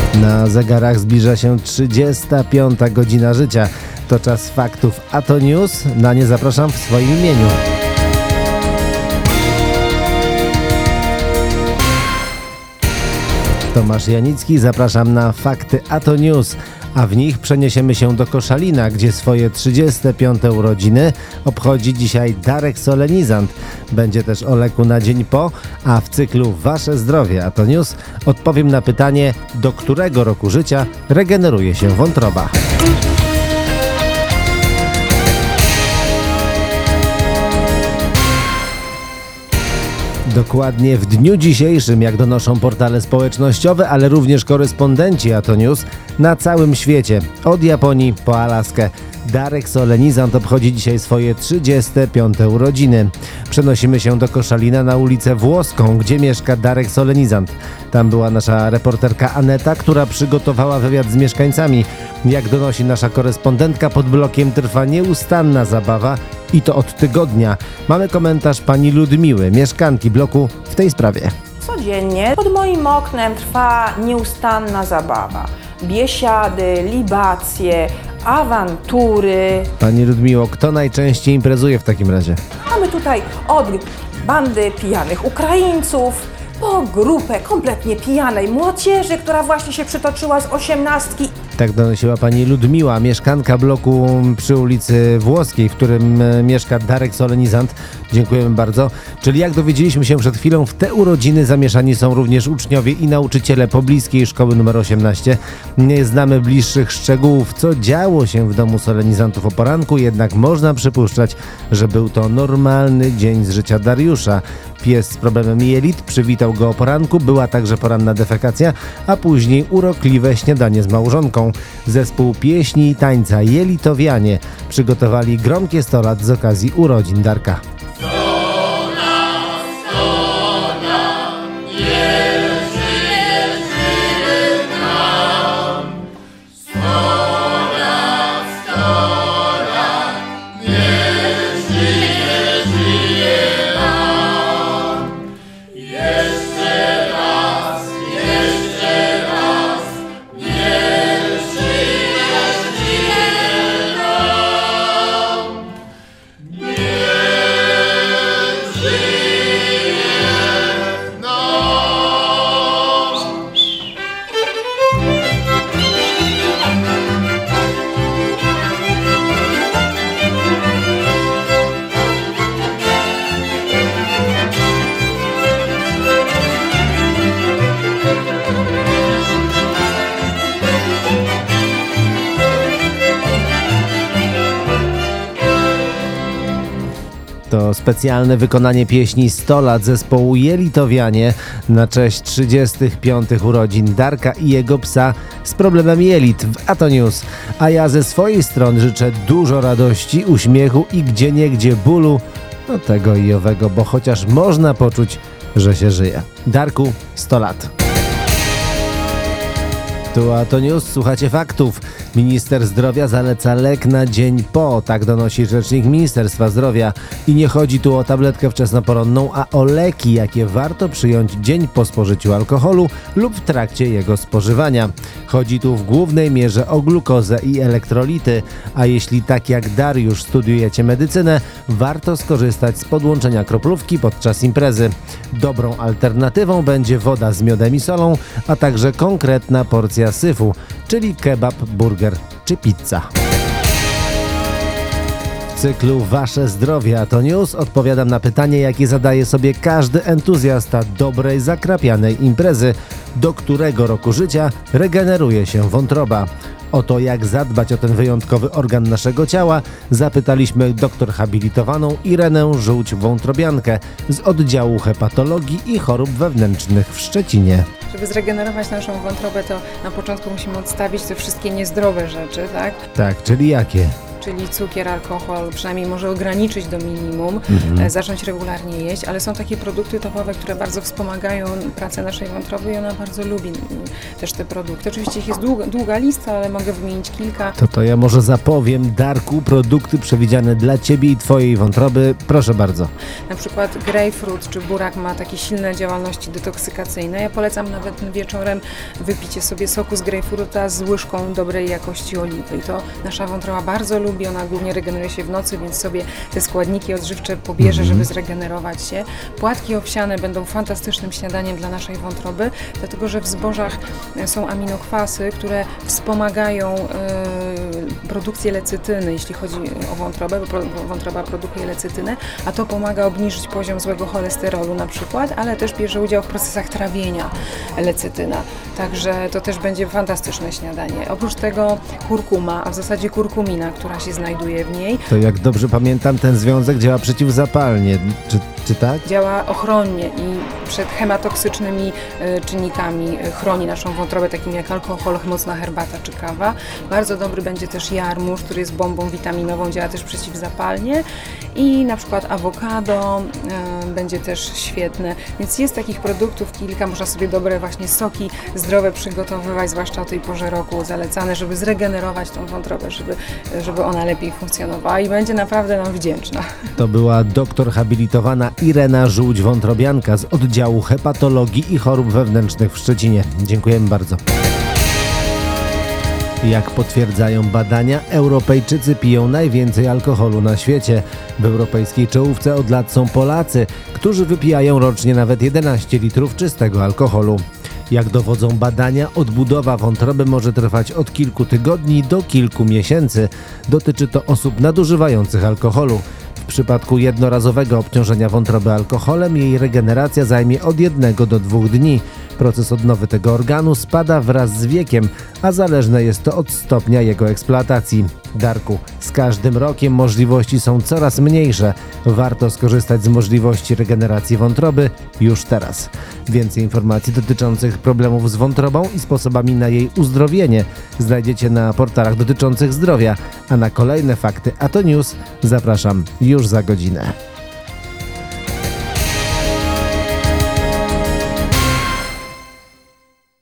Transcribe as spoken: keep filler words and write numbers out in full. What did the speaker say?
Na zegarach zbliża się trzydziesta piąta godzina życia. To czas faktów, a to news. Na nie zapraszam w swoim imieniu. Tomasz Janicki, zapraszam na fakty, a to news. A w nich przeniesiemy się do Koszalina, gdzie swoje trzydzieste piąte urodziny obchodzi dzisiaj Darek Solenizant. Będzie też o leku na dzień po, a w cyklu Wasze zdrowie, a to news, odpowiem na pytanie, do którego roku życia regeneruje się wątroba. Dokładnie w dniu dzisiejszym, jak donoszą portale społecznościowe, ale również korespondenci a to news na całym świecie, od Japonii po Alaskę. Darek Solenizant obchodzi dzisiaj swoje trzydzieste piąte urodziny. Przenosimy się do Koszalina na ulicę Włoską, gdzie mieszka Darek Solenizant. Tam była nasza reporterka Aneta, która przygotowała wywiad z mieszkańcami. Jak donosi nasza korespondentka, pod blokiem trwa nieustanna zabawa i to od tygodnia. Mamy komentarz pani Ludmiły, mieszkanki bloku, w tej sprawie. Codziennie pod moim oknem trwa nieustanna zabawa. Biesiady, libacje, awantury. Pani Ludmiło, kto najczęściej imprezuje w takim razie? Mamy tutaj od bandy pijanych Ukraińców, po grupę kompletnie pijanej młodzieży, która właśnie się przytoczyła z osiemnastki. Tak donosiła pani Ludmiła, mieszkanka bloku przy ulicy Włoskiej, w którym mieszka Darek Solenizant. Dziękujemy bardzo. Czyli jak dowiedzieliśmy się przed chwilą, w te urodziny zamieszani są również uczniowie i nauczyciele pobliskiej szkoły numer osiemnaście. Nie znamy bliższych szczegółów, co działo się w domu Solenizantów o poranku, jednak można przypuszczać, że był to normalny dzień z życia Dariusza. Pies z problemem jelit przywitał go o poranku, była także poranna defekacja, a później urokliwe śniadanie z małżonką. Zespół pieśni i tańca Jelitowianie przygotowali gromkie sto lat z okazji urodzin Darka. To specjalne wykonanie pieśni sto lat zespołu Jelitowianie na cześć trzydziestych piątych urodzin Darka i jego psa z problemem jelit w a to news. A ja ze swojej strony życzę dużo radości, uśmiechu i gdzieniegdzie bólu, no tego i owego, bo chociaż można poczuć, że się żyje. Darku, sto lat. Tu a to news, słuchacie faktów. Minister zdrowia zaleca lek na dzień po, tak donosi rzecznik Ministerstwa Zdrowia. I nie chodzi tu o tabletkę wczesnoporonną, a o leki, jakie warto przyjąć dzień po spożyciu alkoholu lub w trakcie jego spożywania. Chodzi tu w głównej mierze o glukozę i elektrolity, a jeśli tak jak Dariusz studiujecie medycynę, warto skorzystać z podłączenia kroplówki podczas imprezy. Dobrą alternatywą będzie woda z miodem i solą, a także konkretna porcja syfu, czyli kebab, burger czy pizza. W cyklu Wasze zdrowie, a to news odpowiadam na pytanie, jakie zadaje sobie każdy entuzjasta dobrej, zakrapianej imprezy. Do którego roku życia regeneruje się wątroba? O to, jak zadbać o ten wyjątkowy organ naszego ciała, zapytaliśmy doktor habilitowaną Irenę Żółć-Wątrobiankę z oddziału hepatologii i chorób wewnętrznych w Szczecinie. Żeby zregenerować naszą wątrobę, to na początku musimy odstawić te wszystkie niezdrowe rzeczy, tak? Tak, czyli jakie? czyli cukier, alkohol, przynajmniej może ograniczyć do minimum, Mhm. zacząć regularnie jeść, ale są takie produkty topowe, które bardzo wspomagają pracę naszej wątroby i ona bardzo lubi też te produkty. Oczywiście ich jest długa, długa lista, ale mogę wymienić kilka. To to ja może zapowiem, Darku, produkty przewidziane dla Ciebie i Twojej wątroby. Proszę bardzo. Na przykład grejpfrut czy burak ma takie silne działalności detoksykacyjne. Ja polecam nawet wieczorem wypicie sobie soku z grejpfruta z łyżką dobrej jakości oliwy. I to nasza wątroba bardzo lubi, ona głównie regeneruje się w nocy, więc sobie te składniki odżywcze pobierze, żeby zregenerować się. Płatki owsiane będą fantastycznym śniadaniem dla naszej wątroby, dlatego że w zbożach są aminokwasy, które wspomagają e, produkcję lecytyny, jeśli chodzi o wątrobę, bo pro, wątroba produkuje lecytynę, a to pomaga obniżyć poziom złego cholesterolu na przykład, ale też bierze udział w procesach trawienia lecytyna. Także to też będzie fantastyczne śniadanie. Oprócz tego kurkuma, a w zasadzie kurkumina, która się znajduje w niej, To jak dobrze pamiętam, ten związek działa przeciwzapalnie. Czy, czy tak? działa ochronnie i przed hematoksycznymi e, czynnikami, e, chroni naszą wątrobę, takimi jak alkohol, mocna herbata czy kawa. Bardzo dobry będzie też jarmuż, który jest bombą witaminową, działa też przeciwzapalnie i na przykład awokado e, będzie też świetne. Więc jest takich produktów kilka, można sobie dobre właśnie soki zdrowe przygotowywać, zwłaszcza o tej porze roku, zalecane, żeby zregenerować tą wątrobę, żeby, żeby ona lepiej funkcjonowała i będzie naprawdę nam wdzięczna. To była doktor habilitowana Irena Żółć-Wątrobianka z oddziału hepatologii i chorób wewnętrznych w Szczecinie. Dziękujemy bardzo. Jak potwierdzają badania, Europejczycy piją najwięcej alkoholu na świecie. W europejskiej czołówce od lat są Polacy, którzy wypijają rocznie nawet jedenaście litrów czystego alkoholu. Jak dowodzą badania, odbudowa wątroby może trwać od kilku tygodni do kilku miesięcy. Dotyczy to osób nadużywających alkoholu. W przypadku jednorazowego obciążenia wątroby alkoholem jej regeneracja zajmie od jednego do dwóch dni. Proces odnowy tego organu spada wraz z wiekiem, a zależne jest to od stopnia jego eksploatacji. Darku, z każdym rokiem możliwości są coraz mniejsze. Warto skorzystać z możliwości regeneracji wątroby już teraz. Więcej informacji dotyczących problemów z wątrobą i sposobami na jej uzdrowienie znajdziecie na portalach dotyczących zdrowia, a na kolejne fakty A to News zapraszam już za godzinę.